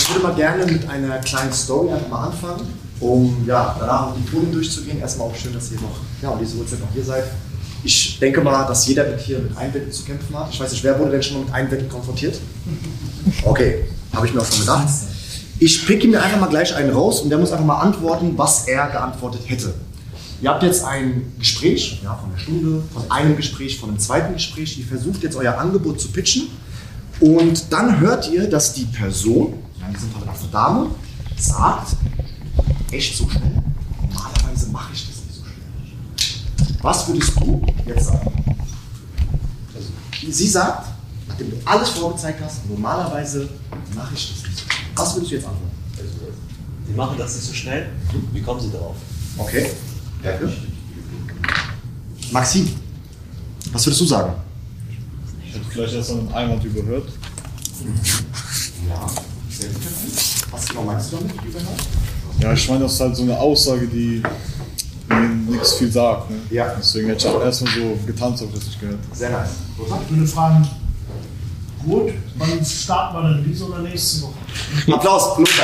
Ich würde mal gerne mit einer kleinen Story einfach mal anfangen, um ja, danach auch die Folien durchzugehen. Erstmal auch schön, dass ihr noch um diese Uhrzeit noch hier seid. Ich denke mal, dass jeder hier mit Einwänden zu kämpfen hat. Ich weiß nicht, wer wurde denn schon mal mit Einwänden konfrontiert? Okay, habe ich mir auch schon gedacht. Ich picke mir einfach mal gleich einen raus und der muss einfach mal antworten, was er geantwortet hätte. Ihr habt jetzt ein Gespräch, ja, von einer Stunde, von einem Gespräch, von einem zweiten Gespräch. Ihr versucht jetzt euer Angebot zu pitchen und dann hört ihr, dass die Person, in diesem Fall eine Dame, sagt, echt so schnell? Normalerweise mache ich das nicht so schnell. Was würdest du jetzt sagen? Also, sie sagt, nachdem du alles vorgezeigt hast, normalerweise mache ich das nicht so schnell. Was würdest du jetzt antworten? Sie machen das nicht so schnell. Wie kommen Sie darauf? Okay. Danke. Maxim, was würdest du sagen? Ich hätte vielleicht erst mal einen Einwand überhört. Ja, sehr gut. Was genau meinst du damit, überhört? Ja, ich meine, das ist halt so eine Aussage, die mir nichts viel sagt. Ne? Ja. Deswegen hätte ich auch erstmal so getanzt, habe ich das nicht gehört. Sehr nice. Ich würde fragen, gut, wann starten wir denn diese oder nächste Woche? Applaus, Lothar.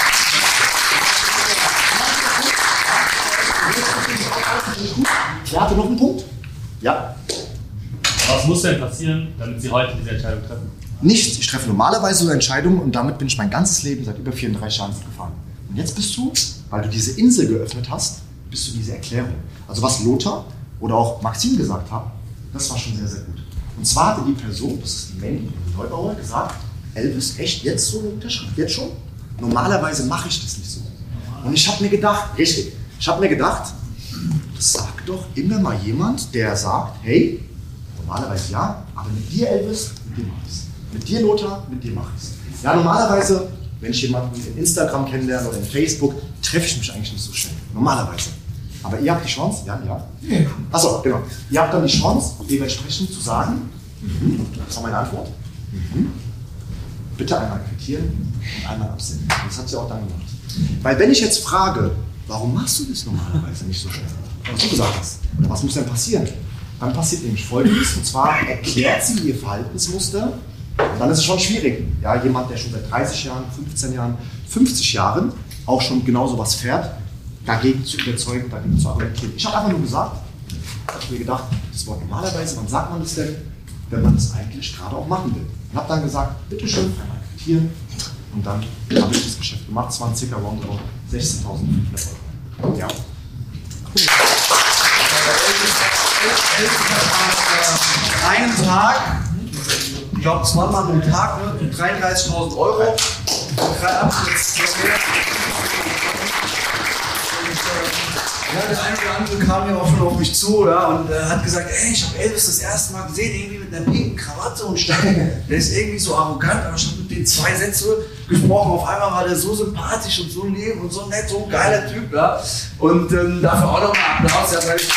Wer hatte noch einen Punkt? Ja. Was muss denn passieren, damit Sie heute diese Entscheidung treffen? Nichts. Ich treffe normalerweise so Entscheidungen und damit bin ich mein ganzes Leben seit über 34 Jahren gefahren. Und jetzt bist du, weil du diese Insel geöffnet hast, bist du diese Erklärung. Also was Lothar oder auch Maxim gesagt haben, das war schon sehr, sehr gut. Und zwar hatte die Person, das ist die Mandy Neubauer, gesagt, Elvis, echt jetzt so eine Unterschrift, jetzt schon? Normalerweise mache ich das nicht so. Und ich habe mir gedacht, richtig, das sagt doch immer mal jemand, der sagt, hey, normalerweise ja, aber mit dir Elvis, mit dir mache ich es. Mit dir Lothar, mit dir mache ich es. Ja, normalerweise, wenn ich jemanden in Instagram kennenlerne oder in Facebook, treffe ich mich eigentlich nicht so schnell. Normalerweise. Aber ihr habt die Chance, ja. Achso, genau. Ihr habt dann die Chance, dementsprechend zu sagen, das war meine Antwort. Bitte einmal quittieren und einmal absenden. Das hat sie auch dann gemacht. Weil wenn ich jetzt frage, warum machst du das normalerweise nicht so schnell? Was du gesagt hast. Oder was muss denn passieren? Dann passiert nämlich Folgendes, und zwar erklärt sie ihr Verhaltensmuster. Und dann ist es schon schwierig. Ja, jemand, der schon seit 30 Jahren, 15 Jahren, 50 Jahren auch schon genau sowas fährt, dagegen zu überzeugen, dagegen zu argumentieren. Ich habe einfach nur gesagt, ich habe mir gedacht, das Wort normalerweise, wann sagt man das denn, wenn man das eigentlich gerade auch machen will? Und habe dann gesagt, bitteschön, einmal quittieren. Und dann habe ich das Geschäft gemacht. Es waren ca. roundabout 16.500 Euro. Ja. Einen Tag, ich glaube 2 Mal am Tag, ne, 33.000 Euro. Ja, der eine oder andere kam ja auch schon auf mich zu, ja, und hat gesagt, ey, ich habe Elvis das erste Mal gesehen, irgendwie mit einer pinken Krawatte und Steine. Der ist irgendwie so arrogant, aber ich habe mit den 2 Sätze gesprochen. Auf einmal war der so sympathisch und so lieb und so nett, so ein geiler Typ, ja. Und dafür auch nochmal Applaus, ja, weil ich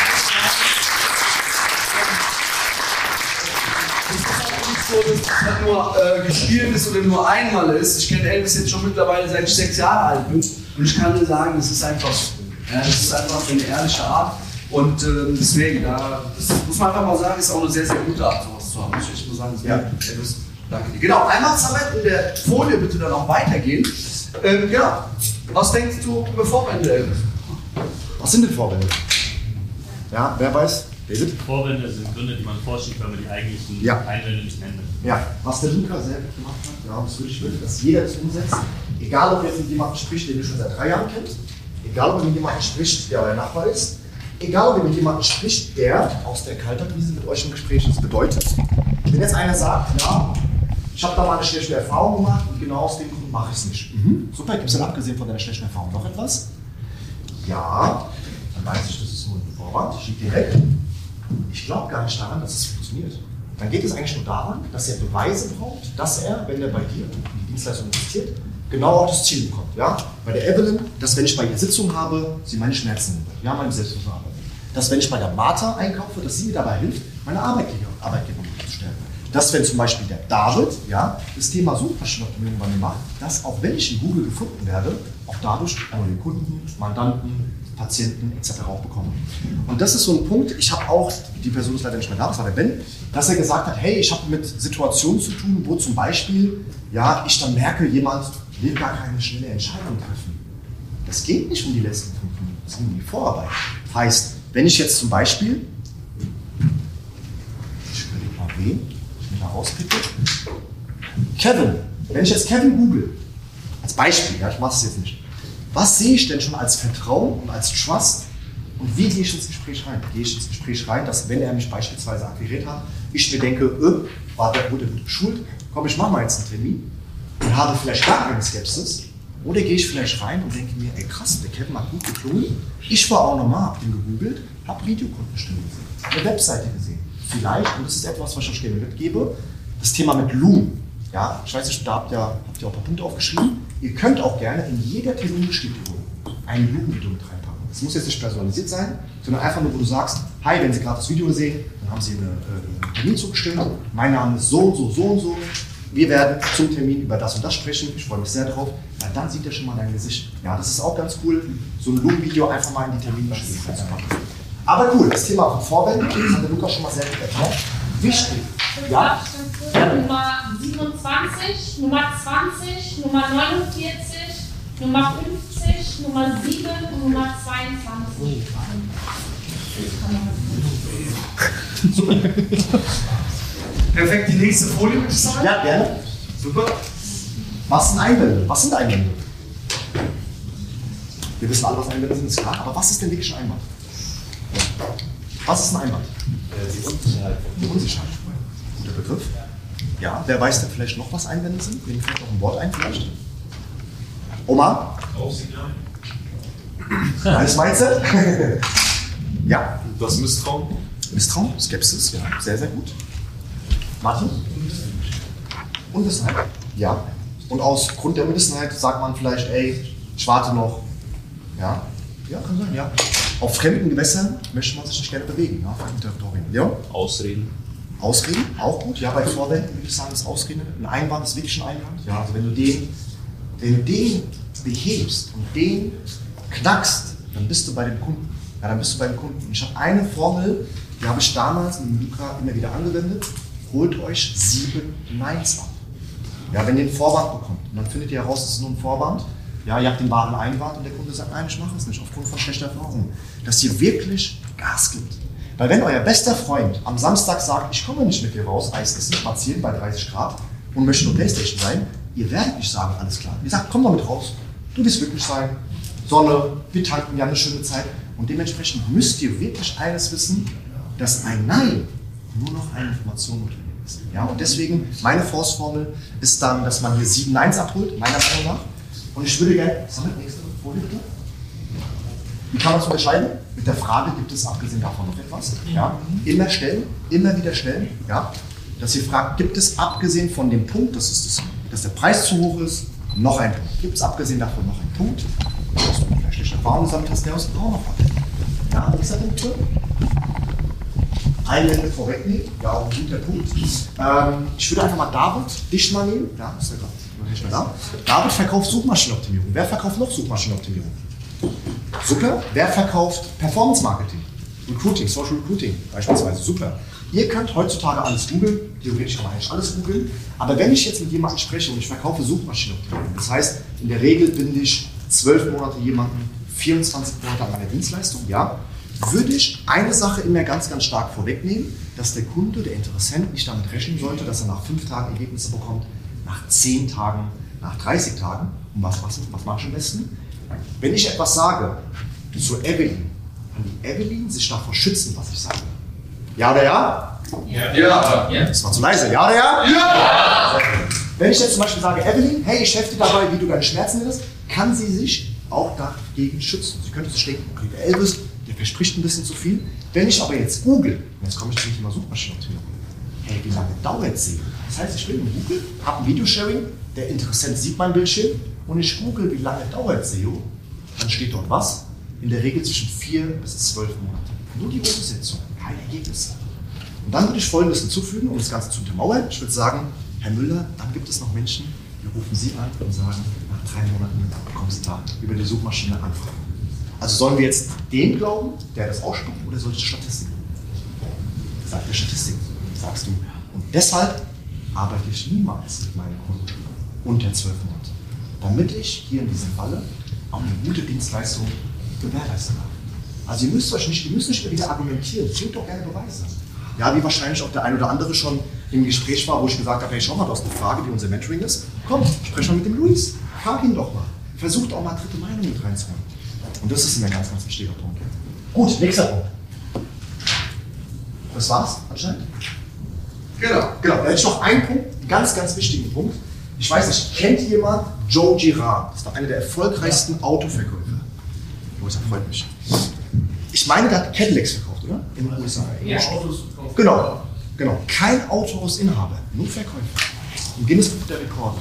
dass das nur gespielt ist oder nur einmal ist. Ich kenne Elvis jetzt schon mittlerweile, seit ich 6 Jahre alt bin. Und ich kann dir sagen, das ist einfach so. Ja, das ist einfach eine ehrliche Art. Und deswegen, das muss man einfach mal sagen, ist auch eine sehr, sehr gute Art, sowas zu haben. Muss ich echt mal sagen. Ja. Elvis, danke dir. Genau, einmal Zeit in der Folie bitte dann auch weitergehen. Genau. Was denkst du über Vorwände, Elvis? Was sind denn Vorwände? Ja, wer weiß? David? Vorwände sind Gründe, die man vorschiebt, weil man die eigentlichen Einwände nicht nennt. Ja, was der Luca sehr gut gemacht hat, ja, das würde ich will, dass jeder das umsetzt. Egal, ob ihr jetzt mit jemandem spricht, den ihr schon seit 3 Jahren kennt. Egal, ob ihr mit jemandem spricht, der euer Nachbar ist. Egal, ob ihr mit jemandem spricht, der aus der Kaltakquise mit euch im Gespräch ist. Bedeutet, wenn jetzt einer sagt, ja, ich habe da mal eine schlechte Erfahrung gemacht und genau aus dem Grund mache ich es nicht. Super, gibt es dann abgesehen von deiner schlechten Erfahrung noch etwas? Ja, dann weiß ich, das ist nur ein Vorwand. Ich schicke direkt. Ich glaube gar nicht daran, dass es funktioniert. Dann geht es eigentlich nur daran, dass er Beweise braucht, dass er, wenn er bei dir in die Dienstleistung investiert, genau auf das Ziel bekommt. Ja? Bei der Evelyn, dass wenn ich bei ihr Sitzung habe, sie meine Schmerzen nimmt. Ja, meine Selbstversorgung. Dass wenn ich bei der Martha einkaufe, dass sie mir dabei hilft, meine Arbeitgeber zu stärken. Dass wenn zum Beispiel der David, ja, das Thema Suchmaschinenoptimierung bei mir macht, dass auch wenn ich in Google gefunden werde, auch dadurch neue Kunden, Mandanten, Patienten etc. auch bekommen. Und das ist so ein Punkt, ich habe auch, die Person ist leider nicht mehr da, das war der Ben, dass er gesagt hat, hey, ich habe mit Situationen zu tun, wo zum Beispiel, ja, ich dann merke, jemand will gar keine schnelle Entscheidung treffen. Das geht nicht um die letzten 5 Minuten, es geht um die Vorarbeit. Heißt, wenn ich jetzt zum Beispiel, ich überlege mal wen, ich mir da rauspicke, Kevin, wenn ich jetzt Kevin google, als Beispiel, ja, ich mache es jetzt nicht, was sehe ich denn schon als Vertrauen und als Trust und wie gehe ich ins Gespräch rein? Gehe ich ins Gespräch rein, dass wenn er mich beispielsweise akquiriert hat, ich mir denke, war der gute Schuld, komm, ich mache mal jetzt einen Termin und habe vielleicht gar keine Skepsis. Oder gehe ich vielleicht rein und denke mir, ey krass, der Kevin hat gut geklungen. Ich war auch nochmal, habe den gegoogelt, habe Videokundenstimme gesehen, eine Webseite gesehen. Vielleicht, und das ist etwas, was ich euch gerne mitgebe, das Thema mit Loom. Ja, ich weiß nicht, da habt ihr auch ein paar Punkte aufgeschrieben. Ihr könnt auch gerne in jeder Terminbestätigung ein Loom-Video mit reinpacken. Das muss jetzt nicht personalisiert sein, sondern einfach nur, wo du sagst, hi, wenn Sie gerade das Video sehen, dann haben Sie einen Termin zugestimmt. Mein Name ist so und so, so und so. Wir werden zum Termin über das und das sprechen. Ich freue mich sehr drauf, weil dann sieht er schon mal dein Gesicht. Ja, das ist auch ganz cool, so ein Loom-Video einfach mal in die Terminbestätigung reinzupacken. Aber cool, das Thema von Vorwänden, das hat der Lukas schon mal sehr gut erklärt. Wichtig. Ja? Nummer 27, Nummer 20, Nummer 49, Nummer 50, Nummer 7 und Nummer 22. Perfekt, die nächste Folie würde ich sagen. Ja, gerne. Super. Was sind Einwände? Was sind Einwände? Wir wissen alle, was Einwände sind, ist klar. Aber was ist denn wirklich ein Einwand? Was ist ein Einwand? Die Unsicherheit. Die Unsicherheit. Guter Begriff. Ja, wer weiß denn vielleicht noch, was Einwände sind? Wem fällt noch ein Wort ein vielleicht? Oma? Aufsignal. Alles Mindset? Ja. Das Misstrauen? Misstrauen, Skepsis, ja, sehr, sehr gut. Martin? Unwissenheit? Ja. Und aus Grund der Unwissenheit sagt man vielleicht, ey, ich warte noch. Ja? Ja, kann sein, ja. Auf fremden Gewässern möchte man sich nicht gerne bewegen, ja, fremden Territorien. Ja? Ausreden. Ausreden, auch gut. Ja, bei Vorwänden würde ich sagen, ist Ausreden. Ein Einwand ist wirklich ein Einwand. Ja, also wenn du den behebst und den knackst, dann bist du bei dem Kunden. Ja, dann bist du beim Kunden. Ich habe eine Formel, die habe ich damals mit Luca immer wieder angewendet. Holt euch 7 Neins ab. Ja, wenn ihr einen Vorwand bekommt und dann findet ihr heraus, es ist nur ein Vorwand, ja, ihr habt den wahren Einwand und der Kunde sagt, nein, ich mache es nicht, aufgrund von schlechter Erfahrung. Dass ihr wirklich Gas gibt. Weil wenn euer bester Freund am Samstag sagt, ich komme nicht mit dir raus, Eis essen, spazieren bei 30 Grad und möchte nur Playstation sein, ihr werdet nicht sagen, alles klar. Ihr sagt, komm doch mit raus, du willst wirklich sein, Sonne, wir tanken, wir haben eine schöne Zeit. Und dementsprechend müsst ihr wirklich eines wissen, dass ein Nein nur noch eine Information notwendig ist. Ja, und deswegen, meine Faustformel ist dann, dass man hier 7 Neins abholt, meiner Meinung nach. Und ich würde gerne, nächste Folie bitte. Wie kann man es unterscheiden? Mit der Frage, gibt es abgesehen davon noch etwas? Ja, immer stellen, immer wieder stellen. Ja, dass ihr fragt, gibt es abgesehen von dem Punkt, dass der Preis zu hoch ist, noch einen Punkt? Gibt es abgesehen davon noch einen Punkt? Dass du vielleicht schlechte Erfahrungen gesammelt hast, der aus dem Raum noch hat. Ja, nächster Punkt bitte. Einwände vorwegnehmen, ja, auch ein guter Punkt. Ich würde einfach mal David, dich mal nehmen. Ja, ist ja gerade noch nicht mehr da. David verkauft Suchmaschinenoptimierung. Wer verkauft noch Suchmaschinenoptimierung? Super. Wer verkauft Performance Marketing? Recruiting, Social Recruiting beispielsweise. Super. Ihr könnt heutzutage alles googeln. Theoretisch kann man eigentlich alles googeln. Aber wenn ich jetzt mit jemandem spreche und ich verkaufe Suchmaschinenoptimierung, das heißt, in der Regel binde ich 12 Monate jemanden, 24 Monate an meiner Dienstleistung, ja, würde ich eine Sache immer ganz, ganz stark vorwegnehmen, dass der Kunde, der Interessent nicht damit rechnen sollte, dass er nach 5 Tagen Ergebnisse bekommt, nach 10 Tagen, nach 30 Tagen. Und was mache ich am besten? Wenn ich etwas sage zu Evelyn, kann die Evelyn sich davor schützen, was ich sage. Ja oder ja? Ja. Das war zu leise. Ja oder ja? Ja! Wenn ich jetzt zum Beispiel sage, Evelyn, hey, ich helfe dir dabei, wie du deine Schmerzen hättest, kann sie sich auch dagegen schützen. Sie könnte sich denken, okay, der Elvis, der verspricht ein bisschen zu viel. Wenn ich aber jetzt google, und jetzt komme ich zum Thema Suchmaschinenoptimierung, hey, wie lange dauert sie? Das heißt, ich bin in Google, habe ein Videosharing, der Interessent sieht mein Bildschirm und ich google, wie lange dauert SEO, dann steht dort was? In der Regel zwischen 4 bis 12 Monate. Nur die Umsetzung, keine Ergebnisse. Und dann würde ich Folgendes hinzufügen, um das Ganze zu untermauern. Ich würde sagen, Herr Müller, dann gibt es noch Menschen, die rufen Sie an und sagen, nach 3 Monaten bekommen Sie da über die Suchmaschine Anfragen. Also sollen wir jetzt dem glauben, der das ausspuckt, oder solche Statistiken? Sagt der Statistik, sagst du. Und deshalb arbeite ich niemals mit meinen Kunden unter 12 Monate. damit ich hier in diesem Falle auch eine gute Dienstleistung gewährleisten kann. Also ihr müsst nicht wieder argumentieren, bringt doch gerne Beweise. Ja, wie wahrscheinlich auch der ein oder andere schon im Gespräch war, wo ich gesagt habe, hey, schau mal, du hast eine Frage, wie unser Mentoring ist. Komm, sprech mal mit dem Luis. Frag ihn doch mal. Versucht auch mal dritte Meinung mit reinzuholen. Und das ist ein ganz, ganz wichtiger Punkt. Gut, nächster Punkt. Das war's anscheinend? Genau. Da hätte ich noch einen Punkt, einen ganz, ganz wichtigen Punkt. Ich weiß nicht, kennt jemand Joe Girard? Das war einer der erfolgreichsten Autoverkäufer. Das freut mich. Ich meine, der hat Cadillacs verkauft, oder? In den USA. Ja, Autos gekauft. Genau. Kein Autohausinhaber, nur Verkäufer. Im Guinness-Buch der Rekorde.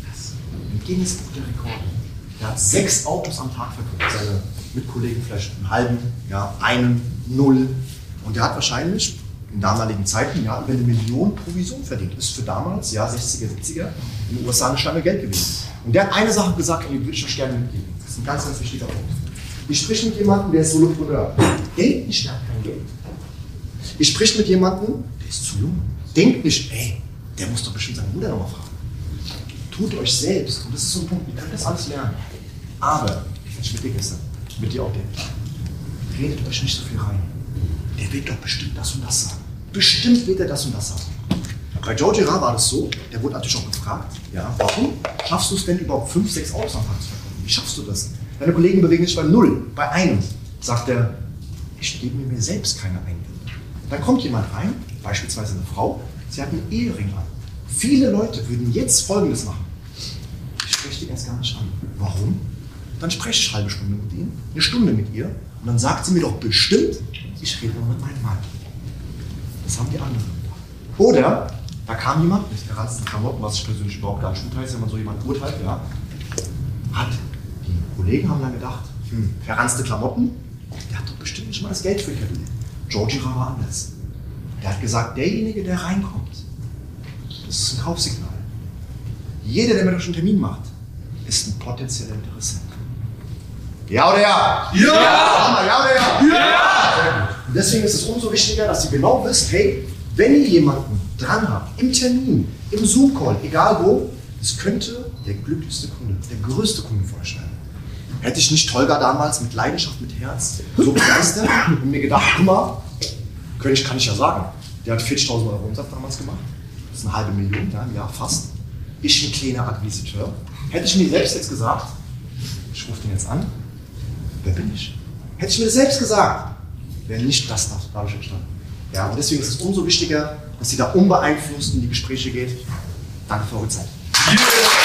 Der hat 6 Autos am Tag verkauft. Seine Mitkollegen vielleicht einen halben, ja, einen, 0. Und der hat wahrscheinlich in damaligen Zeiten ja, über 1 Million Provision verdient. Das ist für damals, ja, 60er, 70er, in den USA eine Stange Geld gewesen. Und der hat eine Sache gesagt, und die würde ich euch gerne mitgeben. Das ist ein ganz, ganz wichtiger Punkt. Ich spreche mit jemandem, der ist Solopreneur. Denkt nicht, der hat kein Geld. Ich spreche mit jemandem, der ist zu jung. Denkt nicht, ey, der muss doch bestimmt seine Mutter nochmal fragen. Tut euch selbst, und das ist so ein Punkt, ihr könnt das alles lernen. Aber, ich mit dir gestern, mit dir auch denkt, redet euch nicht so viel rein. Der wird doch bestimmt das und das sagen. Bestimmt wird er das und das sagen. Bei Joe Girard war das so, der wurde natürlich auch gefragt, ja, warum schaffst du es denn überhaupt 5, 6 Autos am Tag zu verkaufen? Wie schaffst du das? Deine Kollegen bewegen sich bei 0, bei 1. Sagt er, ich gebe mir selbst keine Einwände. Dann kommt jemand rein, beispielsweise eine Frau, sie hat einen Ehering an. Viele Leute würden jetzt Folgendes machen. Ich spreche die erst gar nicht an. Warum? Dann spreche ich eine halbe Stunde mit ihnen, eine Stunde mit ihr und dann sagt sie mir doch bestimmt, ich rede nur mit meinem Mann. Das haben die anderen gedacht. Oder, da kam jemand mit geranzten Klamotten, was ich persönlich überhaupt gar nicht gut heiße, wenn man so jemanden urteilt, ja, die Kollegen haben dann gedacht, verranzte Klamotten, der hat doch bestimmt nicht mal das Geld für Cadillac. Joe Girard war anders. Der hat gesagt, derjenige, der reinkommt, das ist ein Kaufsignal. Jeder, der mit euch einen Termin macht, ist ein potenzieller Interessent. Ja oder ja? Ja! Ja oder ja? Ja! Und deswegen ist es umso wichtiger, dass ihr genau wisst, hey, wenn ihr jemanden dran habt, im Termin, im Zoom-Call, egal wo, es könnte der glücklichste Kunde, der größte Kunde für euch sein. Hätte ich nicht Tolga damals mit Leidenschaft, mit Herz so begeistert und mir gedacht, guck mal, kann ich ja sagen, der hat 40.000 € Umsatz damals gemacht, das ist 500.000, ja, im Jahr fast. Ich ein kleiner Akquisiteur. Hätte ich mir selbst jetzt gesagt, ich rufe den jetzt an, wer bin ich? Hätte ich mir das selbst gesagt, wäre nicht das dadurch entstanden. Ja, und deswegen ist es umso wichtiger, dass ihr da unbeeinflusst in die Gespräche geht. Danke für eure Zeit.